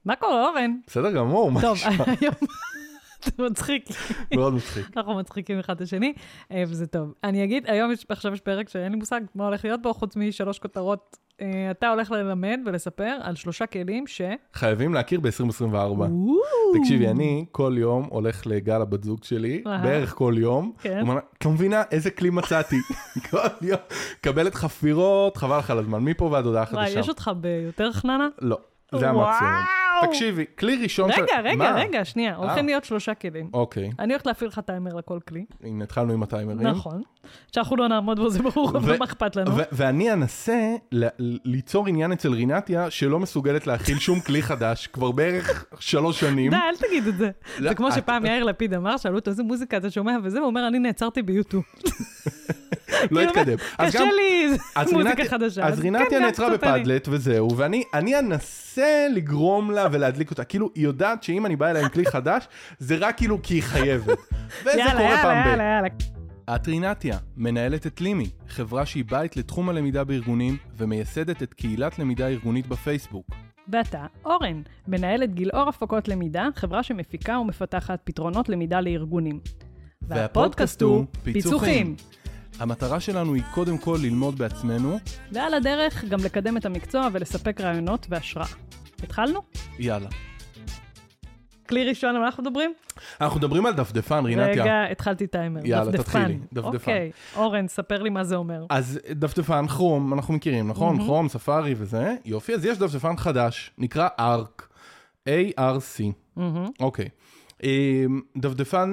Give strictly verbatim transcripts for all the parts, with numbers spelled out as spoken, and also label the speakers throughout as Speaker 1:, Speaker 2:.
Speaker 1: מה קורה, אורן?
Speaker 2: בסדר גמור, מה
Speaker 1: טוב,
Speaker 2: נשמע?
Speaker 1: היום... זה מצחיק.
Speaker 2: מאוד מצחיק.
Speaker 1: אנחנו מצחיקים אחד את השני, וזה טוב. אני אגיד, היום יש, עכשיו יש פרק שאין לי מושג מה הולך להיות בו, חוץ משלוש כותרות. אתה הולך ללמד ולספר על שלושה כלים ש...
Speaker 2: חייבים להכיר ב-עשרים עשרים וארבע. תקשיבי, אני כל יום הולך לגל הבת זוג שלי, בערך כל יום, כמבינה איזה כלי מצאתי. כל יום, קבלת חפירות, חבל לך על הזמן, מפה ועד הודעה חדשה.
Speaker 1: יש אותך ביותר חננה?
Speaker 2: לא. זה המקסימום. תקשיבי, כלי ראשון...
Speaker 1: רגע, רגע, רגע, שנייה. הולכים להיות שלושה כלים.
Speaker 2: אוקיי.
Speaker 1: אני הולכת להפעיל לך טיימר לכל כלי.
Speaker 2: הנה, התחלנו עם הטיימרים.
Speaker 1: נכון. שאנחנו לא נעמוד בו, זה ברור, אבל מה אכפת לנו?
Speaker 2: ואני אנסה ליצור עניין אצל רינתיה, שלא מסוגלת להכיל שום כלי חדש, כבר בערך שלוש שנים.
Speaker 1: די, אל תגיד את זה. זה כמו שפעם יאיר לפיד אמר, שאלו אותו, איזה מוזיקה אתה שומע, וזה, הוא אומר, אני נעצרתי ביוטיוב.
Speaker 2: לא התקדם.
Speaker 1: קשה לי מוזיקה חדשה.
Speaker 2: אז רינתיה נעצרה בפדלט וזהו, ואני אנסה לגרום לה ולהדליק אותה. כאילו, היא יודעת שאם אני באה אליה עם כלי חדש, זה רק כאילו כי היא חייבת. וזה קורה פעם ב... את רינתיה, מנהלת את לימי, חברה שהיא בית לתחום הלמידה בארגונים, ומייסדת את קהילת למידה ארגונית בפייסבוק.
Speaker 1: ואתה, אורן, מנהלת גילאור הפקות למידה, חברה שמפיקה ומפתחת פתרונות למידה לארגונים.
Speaker 2: והפודקאסט הוא פיצוחים. המטרה שלנו היא קודם כל ללמוד בעצמנו.
Speaker 1: ועל הדרך גם לקדם את המקצוע ולספק רעיונות והשראה. התחלנו?
Speaker 2: יאללה.
Speaker 1: כלי ראשון, על מה אנחנו מדברים?
Speaker 2: אנחנו מדברים על דפדפן, רינתיה.
Speaker 1: רגע, התחלתי טיימר.
Speaker 2: יאללה,
Speaker 1: דפדפן.
Speaker 2: תתחילי. דפדפן.
Speaker 1: אוקיי, אורן, ספר לי מה זה אומר.
Speaker 2: אז דפדפן, כרום, אנחנו מכירים, נכון? כרום, ספארי וזה. יופי, אז יש דפדפן חדש, נקרא ארק. A-R-C. אוקיי. דפדפן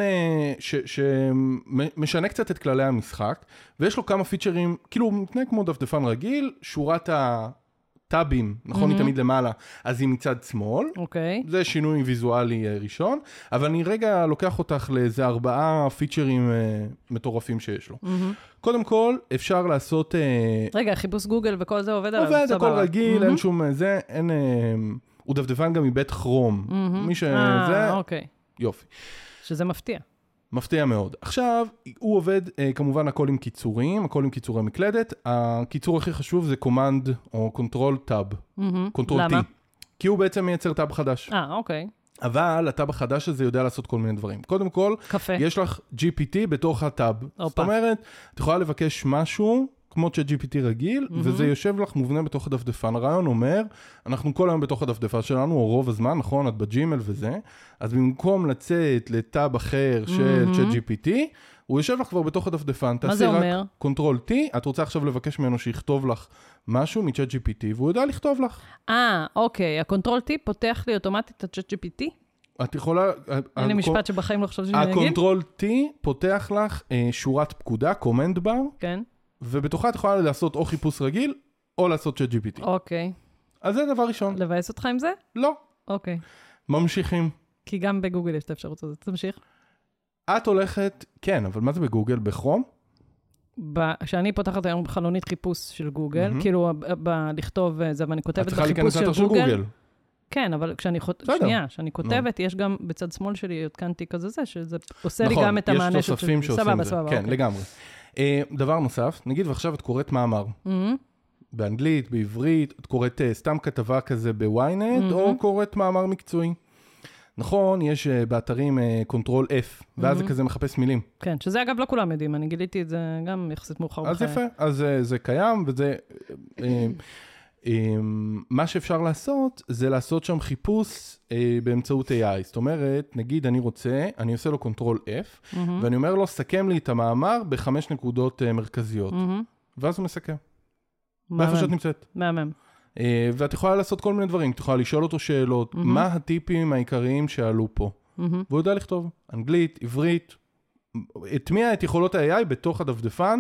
Speaker 2: שמשנה קצת את כללי המשחק, ויש לו כמה פיצ'רים, כאילו הוא מתנהג כמו דפדפן רגיל, שורת הטאבים, נכון, היא תמיד למעלה, אז היא מצד שמאל, זה שינוי ויזואלי ראשון, אבל אני רגע לוקח אותך לאיזה ארבעה פיצ'רים מטורפים שיש לו. קודם כל, אפשר לעשות...
Speaker 1: רגע, חיפוש גוגל וכל זה עובד עליו?
Speaker 2: עובד, הכל רגיל, אין שום זה, אין... הוא דפדפן גם מבית כרום. מי שזה...
Speaker 1: אה, אוקיי.
Speaker 2: יופי.
Speaker 1: שזה מפתיע.
Speaker 2: מפתיע מאוד. עכשיו, הוא עובד כמובן הכל עם קיצורים, הכל עם קיצורי מקלדת. הקיצור הכי חשוב זה קומנד או קונטרול טאב. קונטרול T. כי הוא בעצם מייצר טאב חדש.
Speaker 1: אה, אוקיי.
Speaker 2: אבל הטאב החדש הזה יודע לעשות כל מיני דברים. קודם כל, יש לך ג'י פי טי בתוך הטאב. זאת אומרת, את יכולה לבקש משהו... כמו צ'אט ג'י פי טי רגיל, mm-hmm. וזה יושב לך מובנה בתוך הדפדפן. הרעיון אומר, אנחנו כל היום בתוך הדפדפן שלנו, או רוב הזמן, נכון, את בג'ימל וזה, אז במקום לצאת לטאב אחר של צ'אט ג'י פי טי, הוא יושב לך כבר בתוך הדפדפן.
Speaker 1: מה זה אומר?
Speaker 2: קונטרול T, את רוצה עכשיו לבקש ממנו שיכתוב לך משהו מצ'אט ג'י פי טי, והוא יודע לכתוב לך.
Speaker 1: אה, אוקיי, הקונטרול T פותח לי אוטומטית את הצ'אט ג'י פי טי?
Speaker 2: את יכולה...
Speaker 1: אין לי משפט שבחיים לא חושב שאני אגיד.
Speaker 2: הקונטרול T פותח לך שורת פקודה, קומנד בר.
Speaker 1: כן.
Speaker 2: ובתוכה את יכולה לעשות או חיפוש רגיל, או לעשות צ'אט ג'י פי טי.
Speaker 1: אוקיי.
Speaker 2: אז זה דבר ראשון.
Speaker 1: לבאס אותך עם זה?
Speaker 2: לא.
Speaker 1: אוקיי.
Speaker 2: ממשיכים.
Speaker 1: כי גם בגוגל יש את האפשרות הזאת. תמשיך.
Speaker 2: את הולכת, כן, אבל מה זה בגוגל? בכרום?
Speaker 1: כשאני פותחת היום חלונית חיפוש של גוגל, כאילו לכתוב זה, ואני כותבת בחיפוש של גוגל. כן, אבל כשאני שנייה, כשאני כותבת, יש גם בצד שמאל שלי, התקנתי כזה זה, שזה עושה לי גם את המענה של...
Speaker 2: נכון, יש תוספים שעושים את זה. כן, לגמרי. דבר נוסף, נגיד ועכשיו את קוראת מאמר, באנגלית, בעברית, את קוראת סתם כתבה כזה בוויינט, או קוראת מאמר מקצועי. נכון, יש באתרים קונטרול F, ואז זה כזה מחפש מילים.
Speaker 1: כן, שזה אגב לא כולם יודעים, אני גיליתי את זה גם יחסית מאוחר בחיי.
Speaker 2: אז יפה, אז זה קיים, וזה... מה שאפשר לעשות, זה לעשות שם חיפוש באמצעות איי איי. זאת אומרת, נגיד אני רוצה, אני עושה לו קונטרול F, ואני אומר לו, סכם לי את המאמר בחמש נקודות מרכזיות. ואז הוא מסכם. ואיפה שאת נמצאת.
Speaker 1: מהמם.
Speaker 2: ואת יכולה לעשות כל מיני דברים. את יכולה לשאול אותו שאלות, מה הטיפים העיקריים שעלו פה. והוא יודע לכתוב אנגלית, עברית, הטמיע את יכולות ה-איי איי בתוך הדפדפן,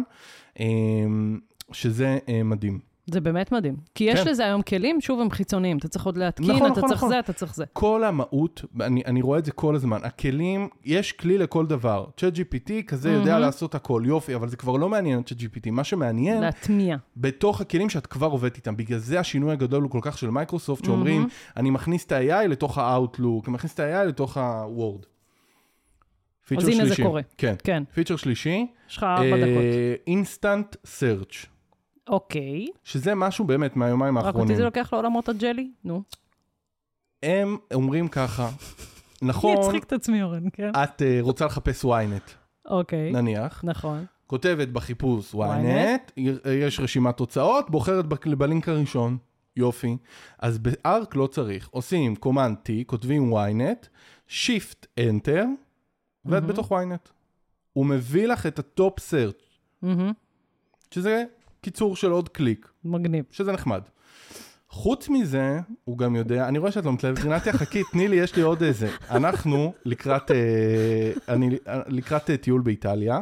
Speaker 2: שזה מדהים.
Speaker 1: זה באמת מדהים. כי יש לזה היום כלים, שוב הם חיצוניים. אתה צריך עוד להתקין, אתה צריך זה, אתה צריך זה.
Speaker 2: כל המהות, אני רואה את זה כל הזמן, הכלים, יש כלי לכל דבר. צ'אט ג'י פי טי כזה יודע לעשות הכל, יופי, אבל זה כבר לא מעניין צ'אט ג'י פי טי. מה שמעניין,
Speaker 1: להטמיע.
Speaker 2: בתוך הכלים שאת כבר עובדת איתם. בגלל זה השינוי הגדול הוא כל כך של מייקרוסופט, שאומרים, אני מכניס את ה-איי איי לתוך ה-Outlook, אני מכניס את ה-איי איי לתוך ה-Word.
Speaker 1: אז הנה זה קורה.
Speaker 2: כן. פיצ'ר שלישי.
Speaker 1: יש לך ארבע דקות.
Speaker 2: Instant Search.
Speaker 1: אוקיי.
Speaker 2: שזה משהו באמת מהיומיים האחרונים.
Speaker 1: רק אותי זה לוקח לעולמות הג'לי? נו.
Speaker 2: הם אומרים ככה, נכון,
Speaker 1: אני אצחיק את עצמי, אורן, כן?
Speaker 2: את רוצה לחפש ynet.
Speaker 1: אוקיי.
Speaker 2: נניח.
Speaker 1: נכון.
Speaker 2: כותבת בחיפוש ynet, יש רשימת תוצאות, בוחרת בלינק הראשון. יופי. אז בארק לא צריך. עושים קומנד T, כותבים ynet, shift enter, ואת בתוך ynet. הוא מביא לך את הטופ סרצ', שזה קיצור של עוד קליק.
Speaker 1: מגניב.
Speaker 2: שזה נחמד. חוץ מזה, הוא גם יודע, אני רואה שאת לא מתלהבת, רינת יחכי, תני לי, יש לי עוד איזה. אנחנו לקראת, אני, לקראת טיול באיטליה,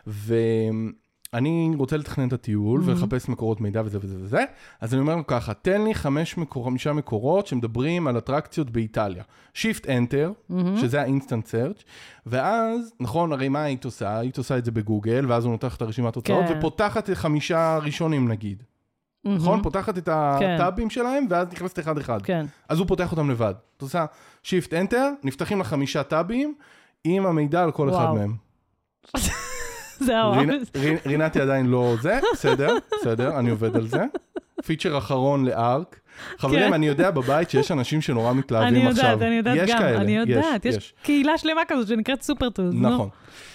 Speaker 2: ואני רוצה לתכנן את הטיול, ולחפש מקורות מידע וזה וזה וזה, אז אני אומר לו ככה, תן לי חמש מקורות, חמישה מקורות שמדברים על אטרקציות באיטליה. Shift Enter, שזה ה-Instant Search, ואז, נכון, הרי מה היית עושה? היית עושה את זה בגוגל, ואז הוא נותח את הרשימת תוצאות, ופותחת חמישה ראשונים נגיד. נכון? פותחת את הטאבים שלהם, ואז נכנסת אחד אחד. אז הוא פותח אותם לבד. אתה עושה Shift Enter, נפתחים לך חמישה טאבים, עם המידע על כל אחד מהם.
Speaker 1: זהו.
Speaker 2: רינתי עדיין לא זה, בסדר, בסדר, אני עובד על זה. פיצ'ר אחרון לארק. חברים, אני יודע בבית שיש אנשים שנורא מתלהבים עכשיו.
Speaker 1: אני יודעת, אני יודעת גם, אני יודעת. יש קהילה שלמה כזאת שנקראת סופרטוז.
Speaker 2: נכון.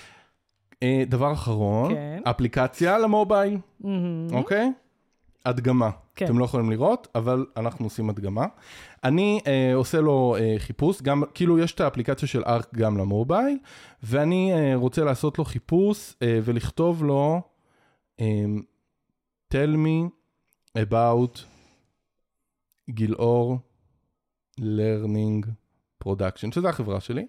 Speaker 2: דבר אחרון, אפליקציה למובייל. אוקיי? הדגמה. כן. אתם לא יכולים לראות, אבל אנחנו עושים הדגמה. אני אה, עושה לו אה, חיפוש, גם, כאילו יש את האפליקציה של ארק גם למובייל, ואני אה, רוצה לעשות לו חיפוש אה, ולכתוב לו אה, tell me about גילאור learning production, שזה החברה שלי.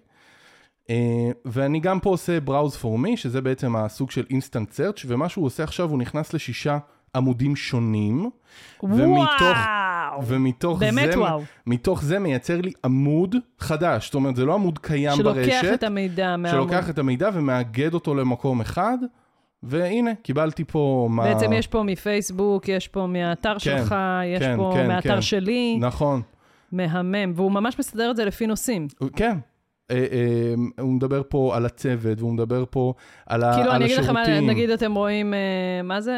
Speaker 2: אה, ואני גם פה עושה browse for me, שזה בעצם הסוג של instant search, ומה שהוא עושה עכשיו, הוא נכנס לשישה עמודים שונים, ומתוך, ומתוך זה, מתוך זה מייצר לי עמוד חדש, זאת אומרת, זה לא עמוד קיים
Speaker 1: שלוקח
Speaker 2: ברשת,
Speaker 1: שלוקח את המידע מהעמוד.
Speaker 2: שלוקח את המידע ומאגד אותו למקום אחד, והנה, קיבלתי פה מה...
Speaker 1: בעצם יש פה מפייסבוק, יש פה מהאתר כן, שלך, יש כן, פה כן, מהאתר כן. שלי.
Speaker 2: נכון.
Speaker 1: מהמם, והוא ממש מסדר את זה לפי נושאים.
Speaker 2: כן. הוא מדבר פה על הצוות, והוא מדבר פה על השירותים.
Speaker 1: כאילו, אני אגיד לכם, נגיד אתם רואים, מה זה?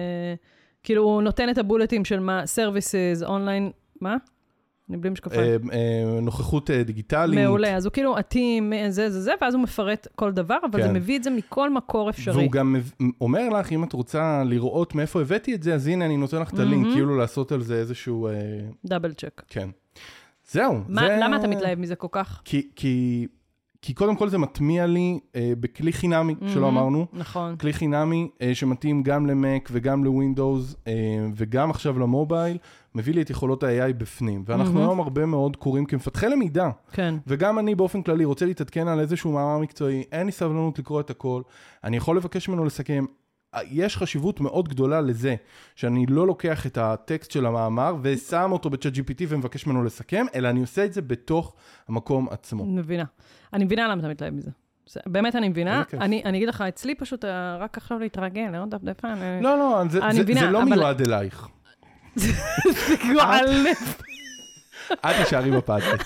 Speaker 1: כאילו, הוא נותן את הבולטים של מה? Services, אונליין, מה? אני בלי משקפיים.
Speaker 2: נוכחות דיגיטלית.
Speaker 1: מעולה, אז הוא כאילו עתים, זה, זה, זה, ואז הוא מפרט כל דבר, אבל זה מביא את זה מכל מקור אפשרי.
Speaker 2: והוא גם אומר לך, אם את רוצה לראות מאיפה הבאתי את זה, אז הנה, אני נותן לך את הלינק, כאילו לעשות על זה איזשהו...
Speaker 1: דאבל צ'ק.
Speaker 2: כן. זהו.
Speaker 1: מה, זה... למה אתה מתלהב מזה כל כך?
Speaker 2: כי, כי, כי קודם כל זה מטמיע לי אה, בכלי חינמי, mm-hmm, שלא אמרנו.
Speaker 1: נכון.
Speaker 2: כלי חינמי אה, שמתאים גם למק וגם לווינדוס, אה, וגם עכשיו למובייל, מביא לי את יכולות ה-איי איי בפנים. ואנחנו mm-hmm. היום הרבה מאוד קוראים כמפתחי למידה.
Speaker 1: כן.
Speaker 2: וגם אני באופן כללי רוצה להתעדכן על איזשהו מאמר מקצועי, אין לי סבלנות לקרוא את הכל, אני יכול לבקש ממנו לסכם, יש חשיבות מאוד גדולה לזה, שאני לא לוקח את הטקסט של המאמר, ושם אותו ב-צ'אט ג'י פי טי ומבקש ממנו לסכם, אלא אני עושה את זה בתוך המקום עצמו.
Speaker 1: מבינה. אני מבינה למה אתה מתלהב מזה. באמת אני מבינה. אני, אני אגיד לך, אצלי פשוט רק עכשיו להתרגל, לא דפדפן.
Speaker 2: לא, לא, זה, זה, מבינה, זה לא אבל... מיועד אלייך.
Speaker 1: זה גועל לב.
Speaker 2: את נשארי בפאדקאסט.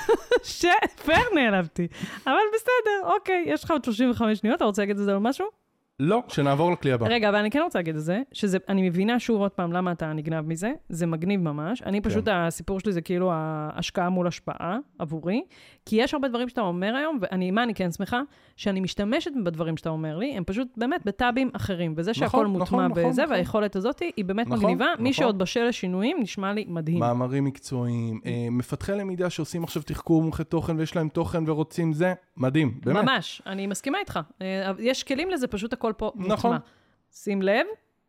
Speaker 1: שפר נעלבתי. אבל בסדר, אוקיי, יש לך עוד שלושים וחמש שניות, אתה רוצה להגיד את זה על משהו?
Speaker 2: לא, שנעבור לכלי הבא.
Speaker 1: רגע, אבל אני כן רוצה להגיד את זה, שאני מבינה שוב עוד פעם למה אתה נגנב מזה, זה מגניב ממש. אני פשוט, הסיפור שלי זה כאילו ההשקעה מול השפעה עבורי, כי יש הרבה דברים שאתה אומר היום, ואני, מה אני כן שמחה, שאני משתמשת בדברים שאתה אומר לי, הם פשוט באמת בטאבים אחרים, וזה שהכל מוטמע בזה, והיכולת הזאת היא באמת מגניבה. מי שעוד בשל לשינויים, נשמע לי מדהים.
Speaker 2: מאמרים מקצועיים, מפתחי למידה שעושים עכשיו תחקור מומחי תוכן, ויש להם תוכן ורוצים זה, מדהים, באמת.
Speaker 1: ממש, אני מסכימה איתך. יש כלים לזה, פשוט הכל פה מוטמע. שים לב.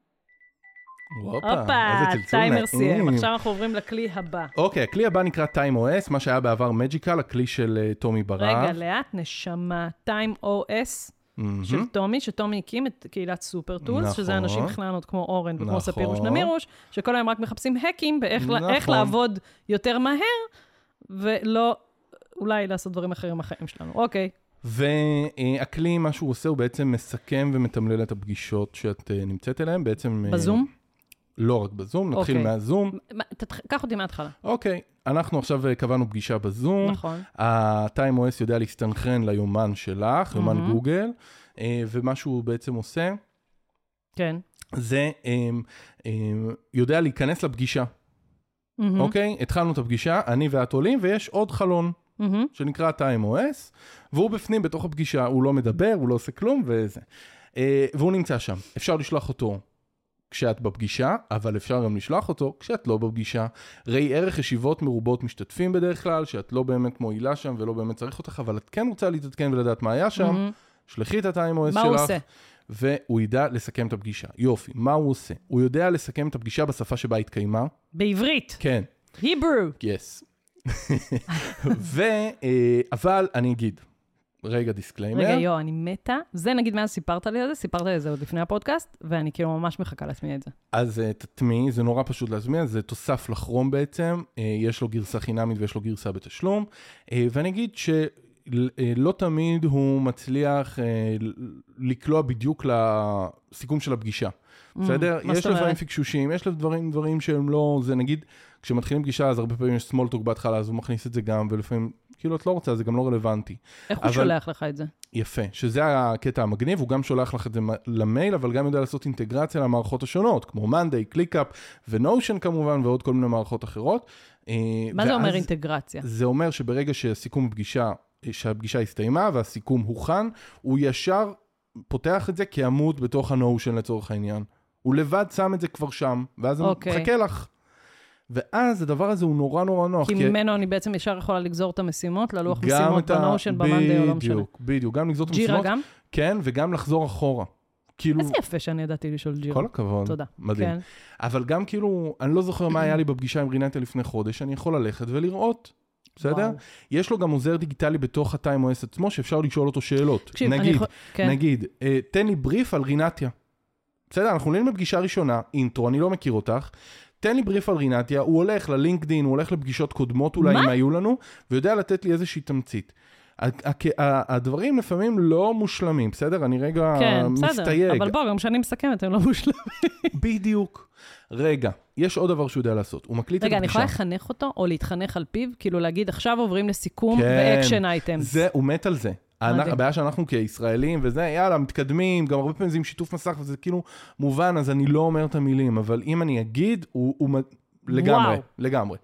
Speaker 1: הופה, טיימר סיים. עכשיו אנחנו עוברים לכלי הבא.
Speaker 2: אוקיי, הכלי הבא נקרא TimeOS, מה שהיה בעבר מג'יקל, הכלי של תומי ברב.
Speaker 1: רגע, לאט, נשמה, TimeOS של תומי, שתומי הקים את קהילת סופרטולס, שזה אנשים בכלנות כמו אורן וכמו ספירוש נמירוש, שכל היום רק מחפשים האקים באיך לעבוד יותר מהר, ולא אולי לעשות דברים אחרים בחיים שלנו. אוקיי.
Speaker 2: והכלי, מה שהוא עושה, הוא בעצם מסכם ומתמלל את הפגישות שאת נמצאת אליהן, בעצם...
Speaker 1: בזום?
Speaker 2: לא רק בזום, נתחיל מהזום.
Speaker 1: קח אותי מההתחלה.
Speaker 2: אוקיי, אנחנו עכשיו קבענו פגישה בזום.
Speaker 1: נכון.
Speaker 2: ה-TimeOS יודע להסתנכרן ליומן שלך, יומן גוגל, ומה שהוא בעצם עושה,
Speaker 1: כן.
Speaker 2: זה יודע להיכנס לפגישה. אוקיי? התחלנו את הפגישה, אני ואת עולים, ויש עוד חלון, שנקרא TimeOS, והוא בפנים בתוך הפגישה, הוא לא מדבר, הוא לא עושה כלום, וזה. והוא נמצא שם. אפשר לשלוח אותו כשאת בפגישה, אבל אפשר גם לשלוח אותו כשאת לא בפגישה. ראי ערך ישיבות מרובות משתתפים בדרך כלל, שאת לא באמת מועילה שם ולא באמת צריך אותך, אבל את כן רוצה להתעדכן ולדעת מה היה שם, שלחי את ה-TimeOS שלך. מה הוא עושה? והוא ידע לסכם את הפגישה. יופי, מה הוא עושה? הוא יודע לסכם את הפגישה בשפה שבה התקיימה.
Speaker 1: בעברית.
Speaker 2: כן.
Speaker 1: Hebrew.
Speaker 2: Yes. ו, אבל אני אגיד, רגע דיסקליימר.
Speaker 1: רגע, יו, אני מתה. זה נגיד מאז סיפרת לי על זה, סיפרת לי על זה עוד לפני הפודקאסט, ואני כאילו ממש מחכה להטמיע את זה.
Speaker 2: אז תטמיע, זה נורא פשוט להטמיע, זה תוסף לכרום בעצם, יש לו גרסה חינמית ויש לו גרסה בתשלום, ואני אגיד שלא תמיד הוא מצליח לקלוע בדיוק לסיכום של הפגישה. בסדר? יש לו דברים פיקשושים, יש לו דברים, דברים שהם לא, זה נגיד, כשמתחילים פגישה, אז הרבה פעמים יש סמולטוק בהתחלה, אז הוא מכניס את זה גם, ולפעמים, כאילו, את לא רוצה, זה גם לא רלוונטי.
Speaker 1: איך הוא שולח לך את זה?
Speaker 2: יפה, שזה הקטע המגניב, הוא גם שולח לך את זה למייל, אבל גם יודע לעשות אינטגרציה למערכות השונות, כמו Monday, ClickUp ו-Notion כמובן, ועוד כל מיני מערכות אחרות.
Speaker 1: מה זה אומר אינטגרציה?
Speaker 2: זה אומר שברגע שהסיכום פגישה, שהפגישה הסתיימה, והסיכום הוכן, הוא ישר פותח את זה כעמוד בתוך ה-Notion לצורך העניין. הוא לבד שם את זה כבר שם, ואז הוא מחכה לך. ואז הדבר הזה הוא נורא נורא נוח.
Speaker 1: כי ממנו אני בעצם ישר יכולה לגזור את המשימות, ללוח משימות בנושן, במנדי או לא משנה.
Speaker 2: בדיוק, בדיוק. גם לגזור את המשימות.
Speaker 1: ג'ירה גם?
Speaker 2: כן, וגם לחזור אחורה.
Speaker 1: איזה יפה שאני ידעתי לשאול ג'ירה.
Speaker 2: כל הכבוד.
Speaker 1: תודה.
Speaker 2: מדהים. אבל גם כאילו, אני לא זוכר מה היה לי בפגישה עם רינטה לפני חודש, אני יכול ללכת ולראות. בסדר? יש לו גם עוזר דיגיטלי בתוך ה-TimeOS עצמו, שאפשר לשאול אותו שאלות. נגיד, נגיד, תן לי בריף על רינטיה. בסדר? אנחנו עולים בפגישה ראשונה, אינטרו, אני לא מכיר אותך. תן לי בריף על רינטיה, הוא הולך ללינקדין, הוא הולך לפגישות קודמות אולי אם היו לנו, ויודע לתת לי איזושהי תמצית. הדברים לפעמים לא מושלמים, בסדר? אני רגע מסתייג. כן, בסדר,
Speaker 1: אבל בוא, גם כשאני מסכמת, הם לא מושלמים.
Speaker 2: בדיוק. רגע, יש עוד דבר שהוא יודע לעשות, הוא מקליט את הפגישה.
Speaker 1: רגע, אני יכולה לחנך אותו, או להתחנך על פיו, כאילו להגיד, עכשיו עוברים לסיכום ואקשן אייטמס.
Speaker 2: זה, הוא מת על זה. הבעיה שאנחנו כישראלים וזה, יאללה, מתקדמים, גם הרבה פעמים זה עם שיתוף מסך, וזה כאילו מובן, אז אני לא אומר את המילים, אבל אם אני אגיד, הוא, הוא לגמרי, לגמרי.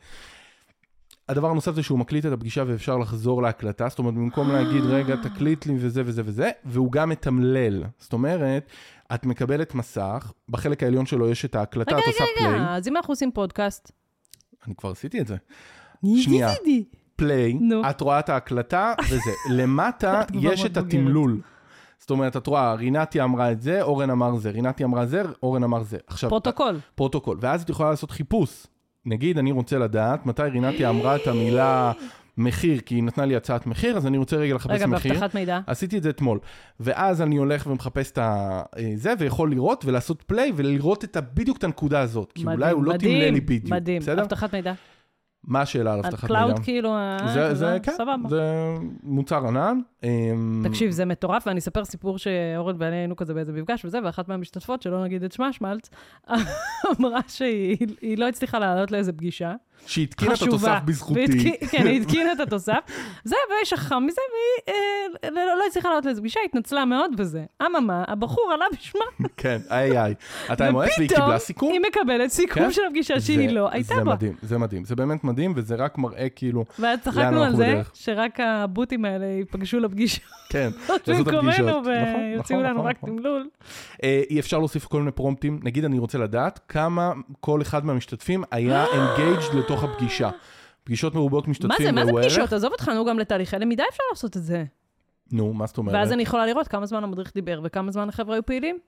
Speaker 2: הדבר הנוסף זה שהוא מקליט את הפגישה ואפשר לחזור להקלטה, זאת אומרת, במקום להגיד, רגע, תקליט לי וזה וזה וזה, והוא גם מתמלל. זאת אומרת, את מקבלת מסך, בחלק העליון שלו יש את ההקלטה, את עושה פליי. רגע, רגע,
Speaker 1: אז אם אנחנו עושים פודקאסט.
Speaker 2: אני כבר עשיתי את זה. שנייה. פליי, את רואה את ההקלטה, וזה. למטה יש את התמלול. זאת אומרת, את רואה, רינטיה אמרה את זה, אורן אמר זה, רינטיה אמרה זה, אורן אמר זה.
Speaker 1: פרוטוקול.
Speaker 2: פרוטוקול. ואז את יכולה לעשות חיפוש. נגיד, אני רוצה לדעת, מתי רינטיה אמרה את המילה מחיר, כי היא נתנה לי הצעת מחיר, אז אני רוצה רגע לחפש
Speaker 1: רגע,
Speaker 2: מחיר.
Speaker 1: רגע, בהבטחת מידע.
Speaker 2: עשיתי את זה אתמול. ואז אני הולך ומחפש את זה, ויכול לראות ולעשות פליי, ולראות את בדיוק את הנקודה הזאת. כי אולי הוא לא תמלה לי בדיוק.
Speaker 1: מדהים, מדהים. הבטחת מידע.
Speaker 2: מה השאלה על הבטחת מידע?
Speaker 1: הקלאוד כאילו,
Speaker 2: זה, זה, כן, זה מוצר ענן.
Speaker 1: תקשיב, זה מטורף, ואני אספר סיפור שאורן ואני היינו כזה באיזה מפגש וזה, ואחת מהמשתתפות, שלא נגיד את שמה, שמלץ, אמרה שהיא לא הצליחה לעלות לאיזה פגישה.
Speaker 2: שהיא התקינה את התוסף בזכותי.
Speaker 1: כן, היא התקינה את התוסף. זה, ויש חכם מזה, והיא לא הצליחה לעלות לאיזה פגישה, התנצלה מאוד בזה. אממה, הבחור עלה בשמה.
Speaker 2: כן, איי איי. אתה מואס והיא קיבלה סיכום?
Speaker 1: היא מקבלת סיכום של הפגישה שהיא לא הייתה בה.
Speaker 2: זה מדהים, זה מדהים. זה באמת מדהים, וזה רק מראה כאילו
Speaker 1: ואז צחקנו על זה, שרק הבוטים האלה ייפגשו לפגישה.
Speaker 2: כן, לעשות הפגישות.
Speaker 1: ויוציאו לנו רק תמלול.
Speaker 2: אי אפשר להוסיף כל מיני פרומפטים. נגיד, אני רוצה לדעת כמה כל אחד מהמשתתפים היה engaged לתוך הפגישה. פגישות מרובות משתתפים.
Speaker 1: מה זה? מה זה פגישות? עזוב אותך, נו, גם לתהליכי למידה אפשר לעשות את זה.
Speaker 2: נו, מה זאת אומרת?
Speaker 1: ואז אני יכולה לראות כמה זמן המדריך דיבר, וכמה זמן החבר'ה היו פעילים.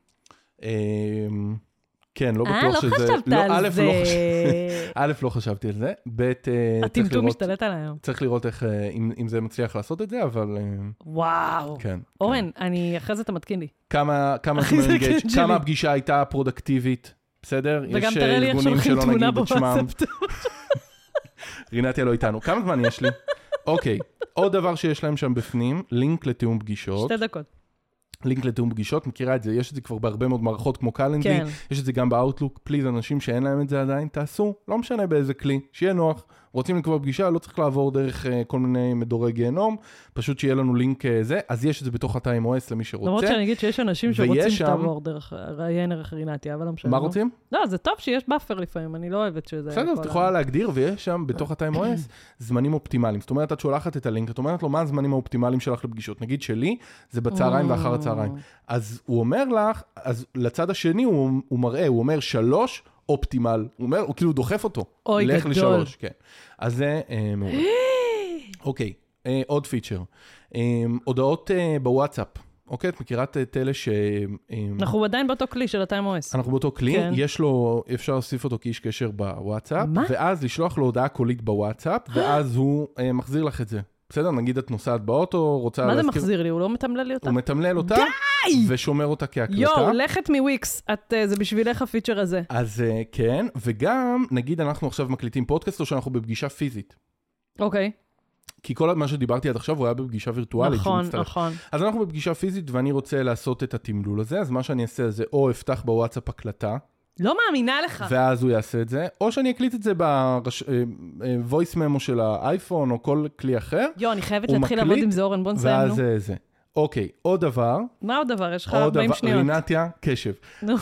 Speaker 2: כן, לא בטוח שזה...
Speaker 1: אה, לא חשבת על זה.
Speaker 2: א', לא חשבתי על זה. ב',
Speaker 1: הטמטום משתלט על היום.
Speaker 2: צריך לראות איך, אם זה מצליח לעשות את זה, אבל...
Speaker 1: וואו.
Speaker 2: כן.
Speaker 1: אורן, אני, אחרי זה אתה מתקין לי.
Speaker 2: כמה הפגישה הייתה פרודקטיבית, בסדר?
Speaker 1: וגם תראה לי איך שולחים תמונה בוואטסאפ.
Speaker 2: רינטיה לא איתנו. כמה זמן יש לי? אוקיי. עוד דבר שיש להם שם בפנים, לינק לתיאום פגישות.
Speaker 1: שתי דקות.
Speaker 2: לינק לתיאום פגישות, מכירה את זה, יש את זה כבר בהרבה מאוד מערכות כמו קלנדלי, כן. יש את זה גם באוטלוק, פליז, אנשים שאין להם את זה עדיין, תעשו, לא משנה באיזה כלי, שיהיה נוח, רוצים לקבוע פגישה, לא צריך לעבור דרך כל מיני מדורי גיהנום, פשוט שיהיה לנו לינק זה, אז יש את זה בתוך ה-TimeOS למי שרוצה.
Speaker 1: למרות שאני אגיד שיש אנשים שרוצים שתעבור דרך ראיין ערך רינתיה, אבל לא משנה.
Speaker 2: מה רוצים?
Speaker 1: לא, זה טוב שיש באפר לפעמים, אני לא אוהבת שזה...
Speaker 2: בסדר, אז את יכולה להגדיר, ויש שם בתוך ה-TimeOS זמנים אופטימליים. זאת אומרת, את שולחת את הלינק, את אומרת לו מה הזמנים האופטימליים שלך לפגישות. נגיד שלי, זה בצהריים ואחר הצהריים. אז הוא אומר לך, אז לצד השני הוא, הוא מראה, הוא אומר שלוש אופטימל. הוא אומר, הוא כאילו דוחף אותו.
Speaker 1: אוי,
Speaker 2: לך
Speaker 1: גדול.
Speaker 2: לשלוש, כן. אז זה אה, מעולה. אוקיי, אה, עוד פיצ'ר. אה, הודעות אה, בוואטסאפ. אוקיי, את מכירה את אלה ש...
Speaker 1: אנחנו עדיין באותו כלי של ה-TimeOS.
Speaker 2: אנחנו באותו כלי, כן. יש לו, אפשר להוסיף אותו כאיש קשר בוואטסאפ, מה? ואז לשלוח לו הודעה קולית בוואטסאפ, ואז הוא אה, מחזיר לך את זה. בסדר, נגיד את נוסעת באוטו, רוצה
Speaker 1: מה להזכיר... מה זה מחזיר לי? הוא לא מתמלל לי אותה?
Speaker 2: הוא מתמלל אותה, די! ושומר אותה כהקלטה.
Speaker 1: יו, לכת מוויקס, את, זה בשבילך הפיצ'ר הזה.
Speaker 2: אז כן, וגם, נגיד אנחנו עכשיו מקליטים פודקאסט, או שאנחנו בפגישה פיזית.
Speaker 1: אוקיי.
Speaker 2: כי כל מה שדיברתי עד עכשיו, הוא היה בפגישה וירטואלית.
Speaker 1: נכון, נכון.
Speaker 2: אז אנחנו בפגישה פיזית, ואני רוצה לעשות את התמלול הזה, אז מה שאני אעשה זה, או אפתח בוואטסאפ הקלטה.
Speaker 1: לא מאמינה לך.
Speaker 2: ואז הוא יעשה את זה, או שאני אקליט את זה ב-voice memo של האייפון, או כל כלי אחר.
Speaker 1: יו, אני חייבת להתחיל לעבוד עם זה, אורן, בוא נסיים, נו.
Speaker 2: ואז זה זה. אוקיי, עוד דבר.
Speaker 1: מה עוד דבר? יש לך ארבעים שניות.
Speaker 2: רינתיה, קשב.
Speaker 1: נו.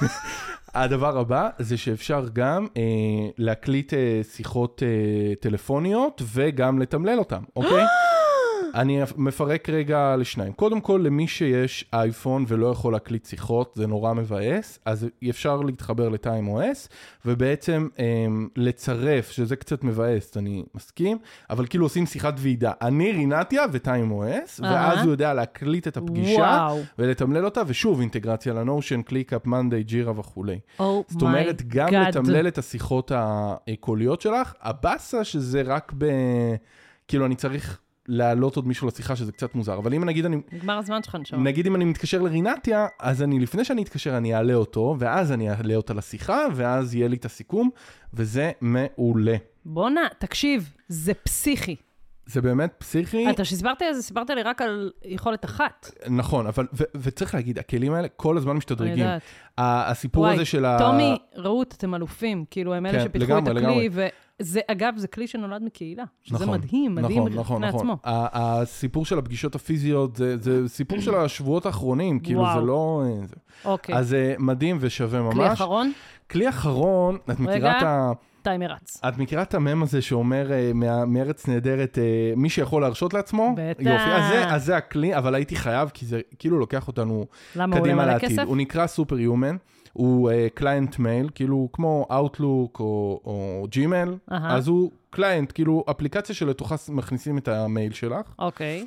Speaker 2: הדבר הבא זה שאפשר גם אה, להקליט אה, שיחות אה, טלפוניות וגם לתמלל אותם, אוקיי? אני מפרק רגע לשניים. קודם כל, למי שיש אייפון ולא יכול להקליט שיחות, זה נורא מבאס, אז אפשר להתחבר ל-TimeOS, ובעצם אמ, לצרף, שזה קצת מבאס, אני מסכים, אבל כאילו עושים שיחת ועידה. אני רינתיה ו-TimeOS, ואז הוא יודע להקליט את הפגישה, ולתמלל אותה, ושוב אינטגרציה ל-Notion, ClickUp, Monday, Jira וכו'. זאת אומרת, גם לתמלל את השיחות הקוליות שלך, הבאסה שזה רק ב... כאילו אני צריך... להעלות עוד מישהו לשיחה, שזה קצת מוזר. אבל אם נגיד אני...
Speaker 1: נגמר הזמן שלך נשאר.
Speaker 2: נגיד אם אני מתקשר לרינתיה, אז אני, לפני שאני אתקשר, אני אעלה אותו, ואז אני אעלה אותה לשיחה, ואז יהיה לי את הסיכום, וזה מעולה.
Speaker 1: בונה, תקשיב, זה פסיכי.
Speaker 2: זה באמת פסיכי.
Speaker 1: אתה שסברת לי, סיפרת לי רק על יכולת אחת.
Speaker 2: נכון, אבל, ו- וצריך להגיד, הכלים האלה כל הזמן משתדרגים. אני יודעת. הסיפור
Speaker 1: וואי,
Speaker 2: הזה של ה...
Speaker 1: תומי, ראות, אתם אלופים, כאילו, הם אלה
Speaker 2: כן,
Speaker 1: שפיתחו
Speaker 2: לגמרי,
Speaker 1: את הכלי,
Speaker 2: לגמרי.
Speaker 1: ו... זה, אגב, זה כלי שנולד מקהילה, שזה
Speaker 2: נכון,
Speaker 1: מדהים, מדהים
Speaker 2: נכון, נכון,
Speaker 1: בפני
Speaker 2: נכון.
Speaker 1: עצמו.
Speaker 2: הסיפור של הפגישות הפיזיות, זה, זה סיפור של השבועות האחרונים, כאילו
Speaker 1: וואו.
Speaker 2: זה לא... זה...
Speaker 1: אוקיי.
Speaker 2: אז זה מדהים ושווה ממש.
Speaker 1: כלי אחרון?
Speaker 2: כלי אחרון, את מכירה את ה...
Speaker 1: טיימר רץ.
Speaker 2: את מכירה את המם הזה שאומר מארץ נהדרת, מי שיכול להרשות לעצמו?
Speaker 1: בטח.
Speaker 2: יופי, אז זה, אז זה הכלי, אבל הייתי חייב, כי זה כאילו לוקח אותנו קדימה לעתיד. הוא נקרא Superhuman. הוא קליינט מייל, כאילו כמו Outlook או Gmail, אז הוא קליינט, כאילו אפליקציה שלתוכה מכניסים את המייל שלך.
Speaker 1: אוקיי.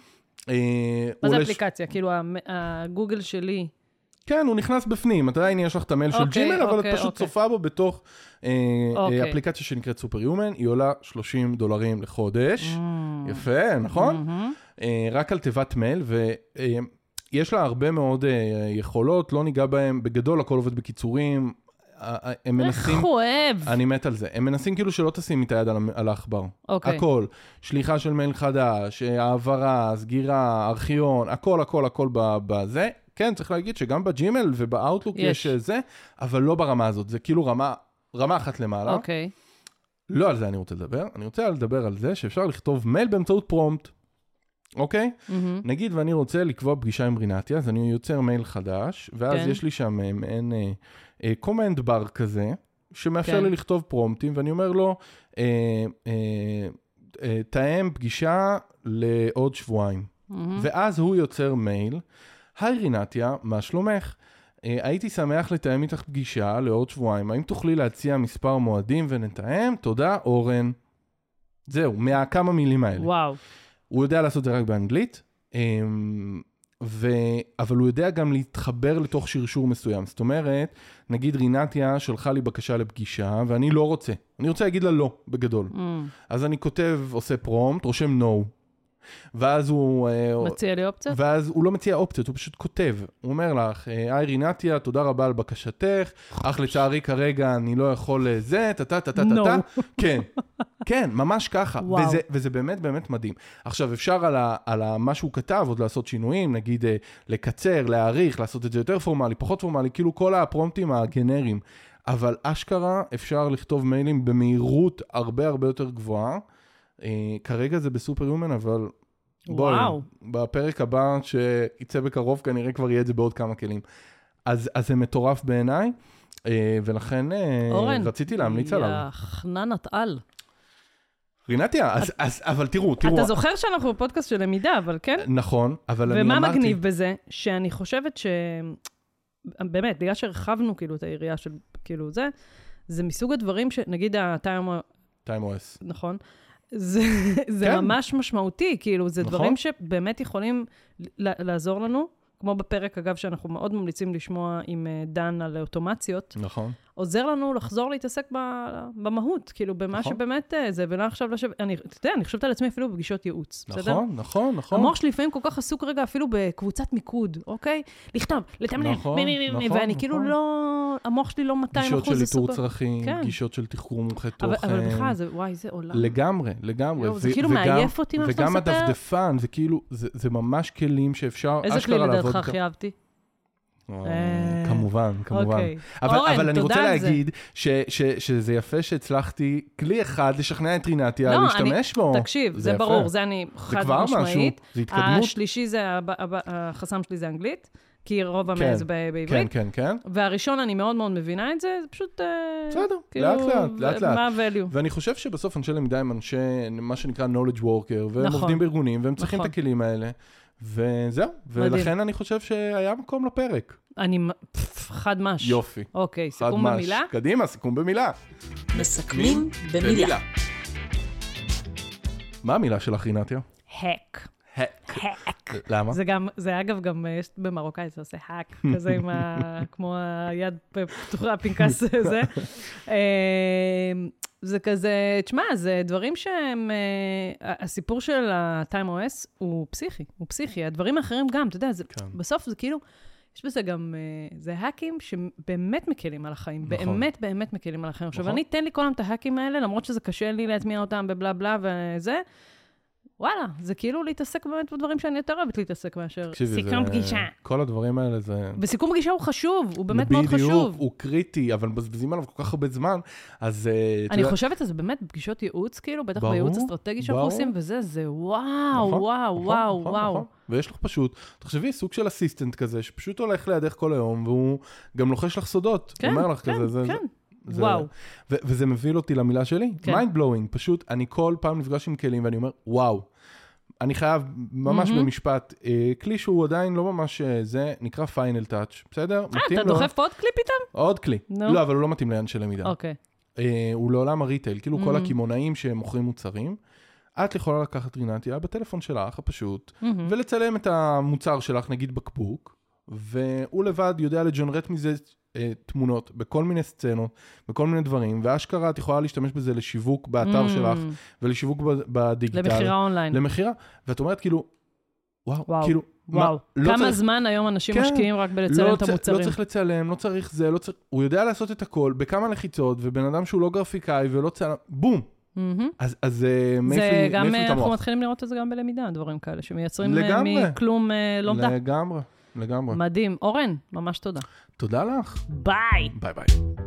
Speaker 1: מה זה אפליקציה? כאילו הגוגל שלי...
Speaker 2: כן, הוא נכנס בפנים, אתה יודע, הנה יש לך את המייל של Gmail, אבל את פשוט צופה בו בתוך אפליקציה שנקראת Superhuman, היא עולה שלושים דולרים לחודש. יפה, נכון? רק על תיבת מייל, ו... יש לה הרבה מאוד uh, יכולות, לא ניגע בהם, בגדול הכל עובד בקיצורים, הם מנסים...
Speaker 1: איך הוא אוהב?
Speaker 2: אני מת על זה. הם מנסים כאילו שלא תשים את היד על, על האחבר.
Speaker 1: אוקיי.
Speaker 2: הכל. שליחה של מייל חדש, העברה, סגירה, ארכיון, הכל, הכל, הכל בזה. כן, צריך להגיד שגם בג'ימל ובאוטלוק יש. יש זה, אבל לא ברמה הזאת. זה כאילו רמה, רמה אחת למעלה.
Speaker 1: אוקיי.
Speaker 2: לא על זה אני רוצה לדבר. אני רוצה לדבר על זה שאפשר לכתוב מייל באמצעות פרומפט. אוקיי? Okay? Mm-hmm. נגיד ואני רוצה לקבוע פגישה עם רינתיה, אז אני יוצר מייל חדש, ואז כן. יש לי שם מעין קומנד uh, בר כזה, שמאפשר כן. לי לכתוב פרומפטים, ואני אומר לו, uh, uh, uh, תאם פגישה לעוד שבועיים. Mm-hmm. ואז הוא יוצר מייל, היי רינתיה, מה שלומך? Uh, הייתי שמח לתאם איתך פגישה לעוד שבועיים, האם תוכלי להציע מספר מועדים ונתאם? תודה, אורן. זהו, מהכמה מילים האלה.
Speaker 1: וואו.
Speaker 2: הוא יודע לעשות זה רק באנגלית, ו... אבל הוא יודע גם להתחבר לתוך שרשור מסוים. זאת אומרת, נגיד רינתיה שלחה לי בקשה לפגישה, ואני לא רוצה. אני רוצה להגיד לה לא, בגדול. Mm. אז אני כותב, עושה פרומפט, רושם no. ואז הוא...
Speaker 1: מציע לי אופציות?
Speaker 2: ואז הוא לא מציע אופציות, הוא פשוט כותב. הוא אומר לך, היי רינתיה, תודה רבה על בקשתך, אך לצערי כרגע אני לא יכול לזה, טה טה טה טה טה. כן, כן, ממש ככה. וזה, וזה באמת באמת מדהים. עכשיו, אפשר על, ה, על ה, מה שהוא כתב עוד לעשות שינויים, נגיד לקצר, להאריך, לעשות את זה יותר פורמלי, פחות פורמלי, כאילו כל הפרומפטים הגנריים. אבל אשכרה אפשר לכתוב מיילים במהירות הרבה הרבה יותר גבוהה. כרגע זה בסופר-יומן, אבל בואי, בפרק הבא שיצא בקרוב, כנראה כבר יהיה את זה בעוד כמה כלים. אז זה מטורף בעיניי, ולכן רציתי להמליץ עליו.
Speaker 1: אורן, חננת על.
Speaker 2: רינתיה, אז, אז, אבל תראו, תראו.
Speaker 1: אתה זוכר שאנחנו בפודקאסט של למידה, אבל כן?
Speaker 2: נכון, אבל אני אמרתי...
Speaker 1: ומה מגניב בזה? שאני חושבת ש... באמת, בגלל שהרחבנו כאילו את העירייה של כאילו זה, זה מסוג הדברים שנגיד ה-TimeOS. נכון. זה, זה כן. ממש משמעותי, כאילו, זה נכון. דברים שבאמת יכולים לעזור לנו, כמו בפרק, אגב, שאנחנו מאוד ממליצים לשמוע עם דן על אוטומציות.
Speaker 2: נכון.
Speaker 1: עוזר לנו לחזור להתעסק במהות, כאילו, במה נכון. שבאמת זה, ולא עכשיו לשב... אני, אתה יודע, אני חושבת על עצמי אפילו בפגישות ייעוץ.
Speaker 2: נכון,
Speaker 1: בסדר?
Speaker 2: נכון, נכון.
Speaker 1: המוח שלי לפעמים כל כך עסוק רגע, אפילו בקבוצת מיקוד, אוקיי? לכתוב, לתמנן,
Speaker 2: נכון, נכון,
Speaker 1: ואני
Speaker 2: נכון.
Speaker 1: כאילו לא... המוח שלי לא מאתיים אחוז.
Speaker 2: גישות של איתור צרכים, כן. גישות של תחקור מומחה תוכן.
Speaker 1: אבל, אבל בכלל, זה, וואי, זה עולם.
Speaker 2: לגמרי, לגמרי.
Speaker 1: לא, זה כאילו מעייף אותי מה שאתה מספר.
Speaker 2: וגם הדפדפן, זה כאילו, זה, זה ממש כלים שאפשר
Speaker 1: איזה כלי לדעתך הכי אהבתי?
Speaker 2: כמובן, כמובן. אבל אני רוצה להגיד שזה יפה שהצלחתי כלי אחד לשכנע את רינתיה להשתמש בו.
Speaker 1: תקשיב, זה ברור, זה אני חד משמעית.
Speaker 2: זה התקדמות.
Speaker 1: השלישי, החסם שלי זה אנגלית, כי רוב המאה זה בעברית.
Speaker 2: כן, כן, כן.
Speaker 1: והראשון, אני מאוד מאוד מבינה את זה, זה פשוט...
Speaker 2: בסדר, לאט לאט, לאט לאט.
Speaker 1: מה ה-value?
Speaker 2: ואני חושב שבסוף אנשי למידה הם אנשי, מה שנקרא knowledge worker, והם עובדים בארגונים, והם צריכים את הכלים האלה. וזהו, ולכן אני חושב שהיה מקום לפרק.
Speaker 1: אני, חד מש.
Speaker 2: יופי.
Speaker 1: אוקיי, סיכום במילה?
Speaker 2: קדימה, סיכום במילה.
Speaker 1: מסכמים במילה.
Speaker 2: מה המילה שלך, רינתיה?
Speaker 1: hack.
Speaker 2: hack. למה?
Speaker 1: זה גם, זה אגב גם, יש במרוקאית, זה עושה hack, כזה עם ה... כמו היד פתוחה, הפנקס הזה. זה כזה, תשמע, זה דברים שהם, הסיפור של ה-TimeOS הוא פסיכי, הוא פסיכי. הדברים האחרים גם, אתה יודע, בסוף זה כאילו, יש בזה גם, זה האקים שבאמת מקלים על החיים, באמת באמת מקלים על החיים. עכשיו, אני אתן לי כל פעם את ההאקים האלה, למרות שזה קשה לי להטמיע אותם בבלה בלה וזה, וואלה, זה כאילו להתעסק באמת בדברים שאני יותר אוהבת להתעסק מאשר סיכום פגישה.
Speaker 2: כל הדברים האלה זה...
Speaker 1: וסיכום פגישה הוא חשוב, הוא באמת מאוד חשוב.
Speaker 2: בדיוק, הוא קריטי, אבל מבזבזים עליו כל כך הרבה זמן, אז...
Speaker 1: אני חושבת, זה באמת בפגישות ייעוץ, כאילו, בטח בייעוץ אסטרטגי שאנחנו עושים, וזה, זה וואו, וואו, וואו, וואו.
Speaker 2: ויש לך פשוט, תחשבי, סוג של אסיסטנט כזה, שפשוט הולך לידך כל היום, והוא גם לוחש לך סודות.
Speaker 1: כן, כן, כן. וואו.
Speaker 2: וזה מביא אותי למילה שלי, mind blowing, פשוט, אני כל פעם נפגש עם כלים, ואני אומר, וואו, אני חייב ממש במשפט, כלי שהוא עדיין לא ממש זה, נקרא פיינל טאץ', בסדר?
Speaker 1: אה, אתה דוחף עוד כלי פתאום?
Speaker 2: עוד כלי. לא, אבל הוא לא מתאים לעניין של למידה.
Speaker 1: אוקיי.
Speaker 2: הוא לעולם הריטייל, כאילו כל הכימונאים שמוכרים מוצרים, את יכולה לקחת רינתיה בטלפון שלך, הפשוט, ולצלם את המוצר שלך, נגיד בקבוק, והוא לבד יודע לג'נרט מזה תמונות, בכל מיני סצנות, בכל מיני דברים, ואשכרה את יכולה להשתמש בזה לשיווק באתר שלך, ולשיווק בדיגיטל.
Speaker 1: למחירה אונליין.
Speaker 2: למחירה, ואת אומרת כאילו, וואו, כאילו,
Speaker 1: וואו. כמה זמן היום אנשים משקיעים רק בלצלם את המוצרים?
Speaker 2: לא צריך לצלם, לא צריך זה, הוא יודע לעשות את הכל, בכמה לחיצות, ובן אדם שהוא לא גרפיקאי ולא צלם, בום! אז זה
Speaker 1: זה גם, אנחנו מתחילים לראות את זה גם בלמידה, דברים כאלה, שמייצרים מכלום לומדה.
Speaker 2: לגמרי, לגמרי.
Speaker 1: מדהים. אורן, ממש תודה.
Speaker 2: תודה לך.
Speaker 1: ביי.
Speaker 2: ביי ביי.